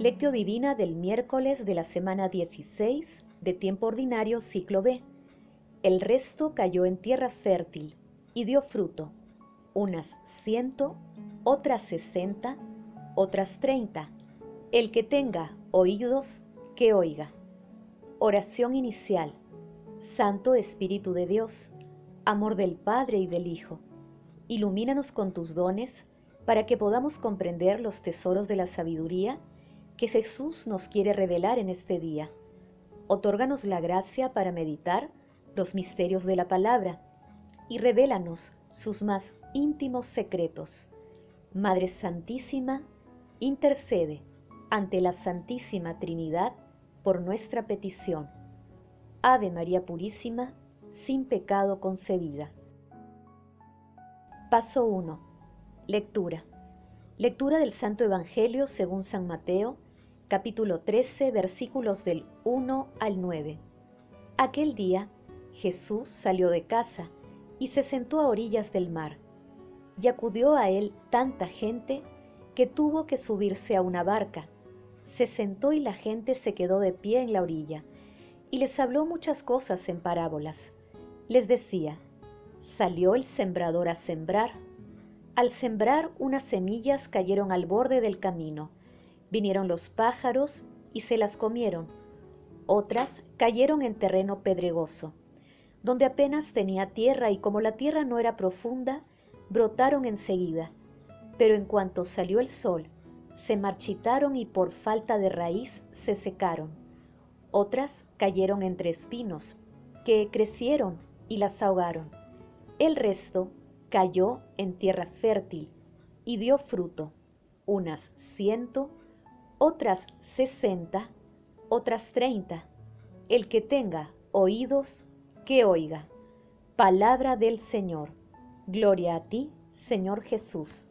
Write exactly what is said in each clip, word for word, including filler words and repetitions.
Lectio Divina del miércoles de la semana dieciséis de tiempo ordinario ciclo B. El resto cayó en tierra fértil y dio fruto, unas ciento, otras sesenta, otras treinta. El que tenga oídos, que oiga. Oración inicial. Santo Espíritu de Dios, amor del Padre y del Hijo, ilumínanos con tus dones para que podamos comprender los tesoros de la sabiduría que Jesús nos quiere revelar en este día. Otórganos la gracia para meditar los misterios de la palabra y revélanos sus más íntimos secretos. Madre Santísima, intercede ante la Santísima Trinidad por nuestra petición. Ave María Purísima, sin pecado concebida. Paso uno. Lectura. Lectura del Santo Evangelio según San Mateo, capítulo trece, versículos del uno al nueve. Aquel día, Jesús salió de casa y se sentó a orillas del mar, y acudió a él tanta gente que tuvo que subirse a una barca. Se sentó y la gente se quedó de pie en la orilla, y les habló muchas cosas en parábolas. Les decía: salió el sembrador a sembrar. Al sembrar, unas semillas cayeron al borde del camino. Vinieron los pájaros y se las comieron. Otras cayeron en terreno pedregoso, donde apenas tenía tierra, y como la tierra no era profunda, brotaron enseguida. Pero en cuanto salió el sol, se marchitaron y por falta de raíz se secaron. Otras cayeron entre espinos, que crecieron y las ahogaron. El resto cayó en tierra fértil y dio fruto, unas ciento, otras sesenta, otras treinta. El que tenga oídos, que oiga. Palabra del Señor. Gloria a ti, Señor Jesús.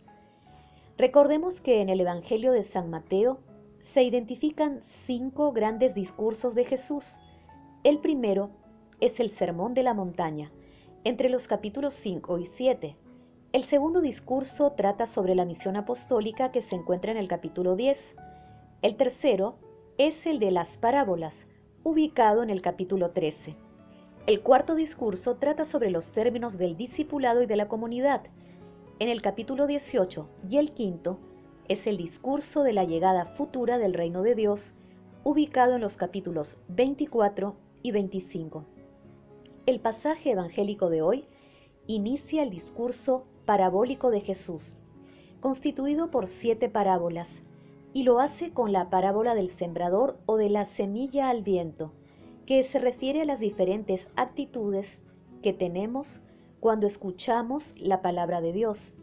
Recordemos que en el Evangelio de San Mateo se identifican cinco grandes discursos de Jesús. El primero es el Sermón de la Montaña, entre los capítulos cinco y siete. El segundo discurso trata sobre la misión apostólica, que se encuentra en el capítulo diez. El tercero es el de las parábolas, ubicado en el capítulo trece. El cuarto discurso trata sobre los términos del discipulado y de la comunidad, en el capítulo dieciocho, y el quinto es el discurso de la llegada futura del reino de Dios, ubicado en los capítulos veinticuatro y veinticinco. El pasaje evangélico de hoy inicia el discurso parabólico de Jesús, constituido por siete parábolas, y lo hace con la parábola del sembrador o de la semilla al viento, que se refiere a las diferentes actitudes que tenemos cuando escuchamos la palabra de Dios.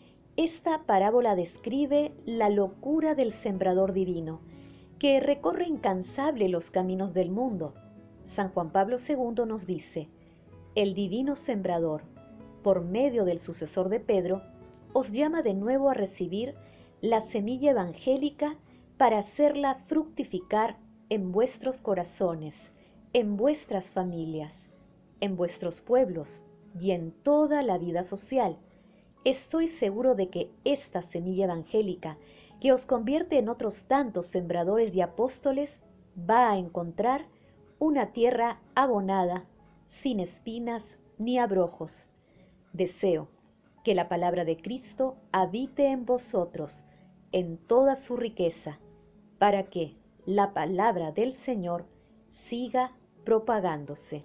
Esta parábola describe la locura del sembrador divino, que recorre incansable los caminos del mundo. San Juan Pablo segundo nos dice: el divino sembrador, por medio del sucesor de Pedro, os llama de nuevo a recibir la semilla evangélica para hacerla fructificar en vuestros corazones, en vuestras familias, en vuestros pueblos y en toda la vida social. Estoy seguro de que esta semilla evangélica, que os convierte en otros tantos sembradores y apóstoles, va a encontrar una tierra abonada, sin espinas ni abrojos. Deseo que la palabra de Cristo habite en vosotros en toda su riqueza, para que la palabra del Señor siga propagándose.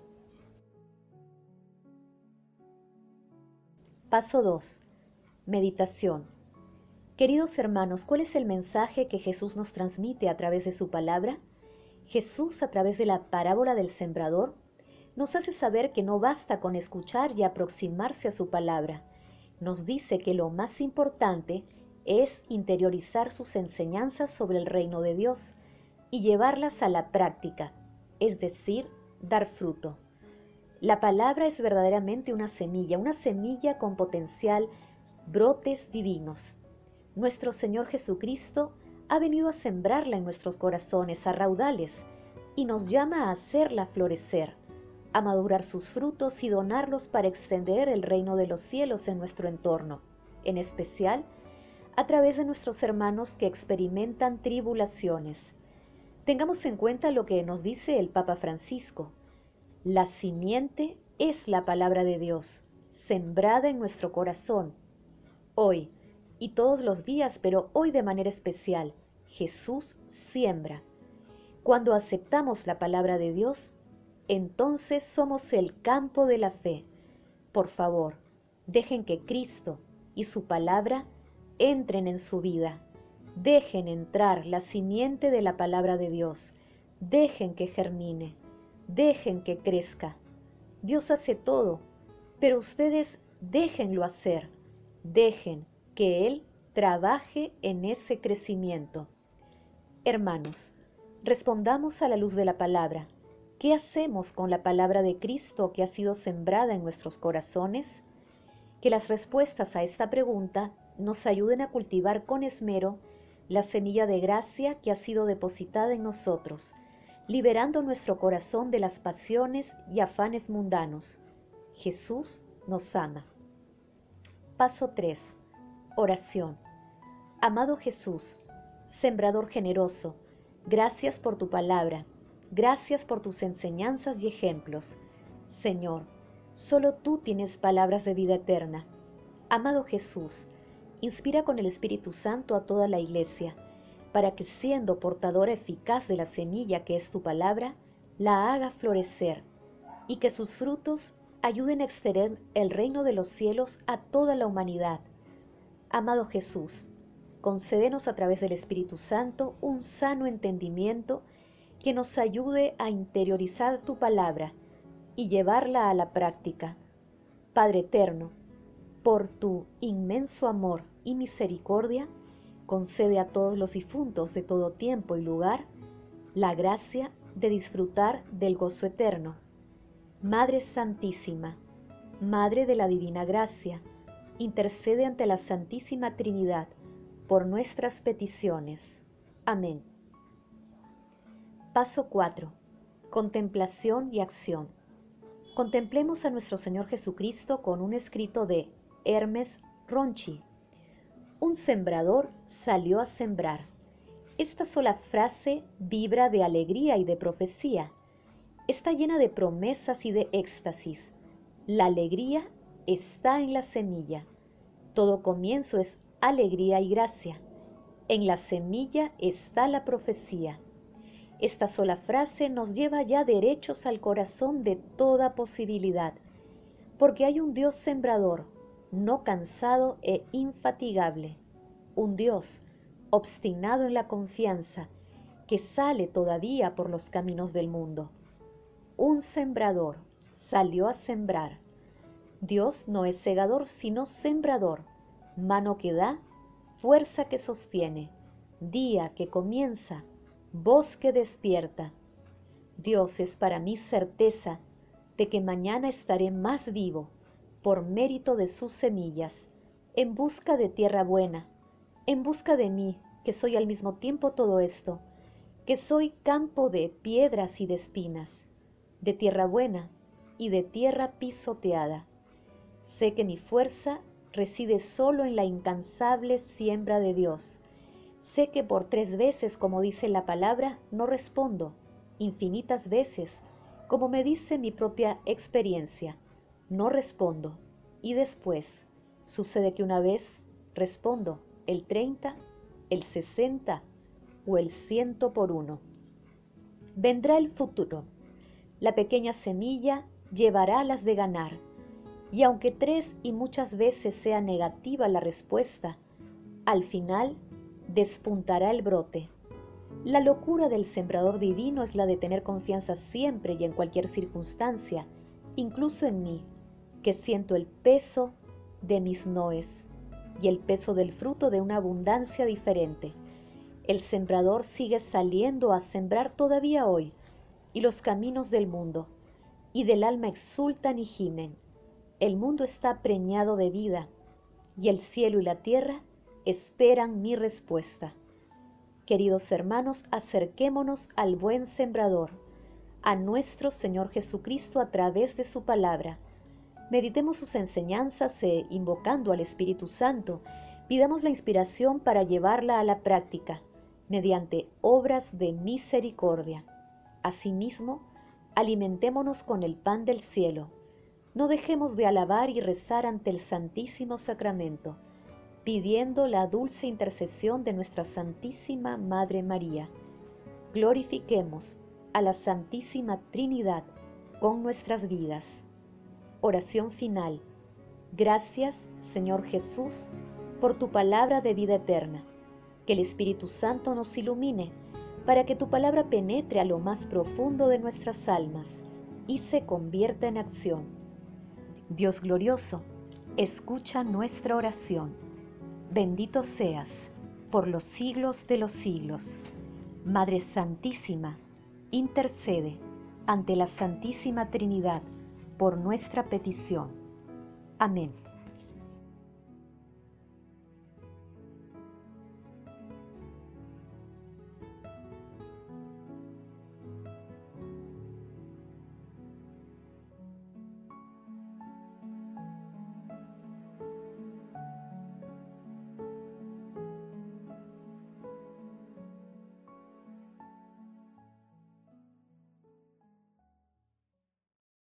Paso dos. Meditación. Queridos hermanos, ¿cuál es el mensaje que Jesús nos transmite a través de su palabra? Jesús, a través de la parábola del sembrador, nos hace saber que no basta con escuchar y aproximarse a su palabra. Nos dice que lo más importante es interiorizar sus enseñanzas sobre el reino de Dios y llevarlas a la práctica, es decir, dar fruto. La palabra es verdaderamente una semilla, una semilla con potencial brotes divinos. Nuestro Señor Jesucristo ha venido a sembrarla en nuestros corazones a raudales y nos llama a hacerla florecer, a madurar sus frutos y donarlos para extender el reino de los cielos en nuestro entorno, en especial a través de nuestros hermanos que experimentan tribulaciones. Tengamos en cuenta lo que nos dice el Papa Francisco. La simiente es la palabra de Dios, sembrada en nuestro corazón. Hoy y todos los días, pero hoy de manera especial, Jesús siembra. Cuando aceptamos la palabra de Dios, entonces somos el campo de la fe. Por favor, dejen que Cristo y su palabra entren en su vida. Dejen entrar la simiente de la palabra de Dios. Dejen que germine. Dejen que crezca. Dios hace todo, pero ustedes déjenlo hacer. Dejen que Él trabaje en ese crecimiento. Hermanos, respondamos a la luz de la palabra. ¿Qué hacemos con la palabra de Cristo que ha sido sembrada en nuestros corazones? Que las respuestas a esta pregunta nos ayuden a cultivar con esmero la semilla de gracia que ha sido depositada en nosotros, liberando nuestro corazón de las pasiones y afanes mundanos. Jesús nos ama. Paso tres. Oración. Amado Jesús, sembrador generoso, gracias por tu palabra, gracias por tus enseñanzas y ejemplos. Señor, solo tú tienes palabras de vida eterna. Amado Jesús, inspira con el Espíritu Santo a toda la Iglesia, para que siendo portadora eficaz de la semilla que es tu palabra, la haga florecer, y que sus frutos ayuden a extender el reino de los cielos a toda la humanidad. Amado Jesús, concédenos a través del Espíritu Santo un sano entendimiento que nos ayude a interiorizar tu palabra y llevarla a la práctica. Padre eterno, por tu inmenso amor y misericordia, concede a todos los difuntos de todo tiempo y lugar la gracia de disfrutar del gozo eterno. Madre Santísima, Madre de la Divina Gracia, intercede ante la Santísima Trinidad por nuestras peticiones. Amén. Paso cuatro. Contemplación y acción. Contemplemos a nuestro Señor Jesucristo con un escrito de Hermes Ronchi. Un sembrador salió a sembrar. Esta sola frase vibra de alegría y de profecía. Está llena de promesas y de éxtasis. La alegría está en la semilla. Todo comienzo es alegría y gracia. En la semilla está la profecía. Esta sola frase nos lleva ya derechos al corazón de toda posibilidad, porque hay un Dios sembrador, no cansado e infatigable, un Dios obstinado en la confianza, que sale todavía por los caminos del mundo. Un sembrador salió a sembrar. Dios no es segador, sino sembrador, mano que da, fuerza que sostiene, día que comienza, voz que despierta. Dios es para mí certeza de que mañana estaré más vivo por mérito de sus semillas, en busca de tierra buena, en busca de mí, que soy al mismo tiempo todo esto, que soy campo de piedras y de espinas, de tierra buena y de tierra pisoteada. Sé que mi fuerza reside solo en la incansable siembra de Dios. Sé que por tres veces, como dice la palabra, no respondo, infinitas veces, como me dice mi propia experiencia, no respondo, y después sucede que una vez respondo el treinta, el sesenta o el ciento por uno. Vendrá el futuro. La pequeña semilla llevará las de ganar, y aunque tres y muchas veces sea negativa la respuesta, al final despuntará el brote. La locura del sembrador divino es la de tener confianza siempre y en cualquier circunstancia, incluso en mí, que siento el peso de mis noes y el peso del fruto de una abundancia diferente. El sembrador sigue saliendo a sembrar todavía hoy, y los caminos del mundo y del alma exultan y gimen. El mundo está preñado de vida, y el cielo y la tierra esperan mi respuesta. Queridos hermanos, acerquémonos al buen sembrador, a nuestro Señor Jesucristo a través de su palabra. Meditemos sus enseñanzas e, invocando al Espíritu Santo, Pidamos la inspiración para llevarla a la práctica, mediante obras de misericordia. Asimismo, alimentémonos con el pan del cielo. No dejemos de alabar y rezar ante el Santísimo Sacramento, pidiendo la dulce intercesión de nuestra Santísima Madre María. Glorifiquemos a la Santísima Trinidad con nuestras vidas. Oración final. Gracias, Señor Jesús, por tu palabra de vida eterna. Que el Espíritu Santo nos ilumine para que tu palabra penetre a lo más profundo de nuestras almas y se convierta en acción. Dios glorioso, escucha nuestra oración. Bendito seas por los siglos de los siglos. Madre Santísima, intercede ante la Santísima Trinidad por nuestra petición. Amén.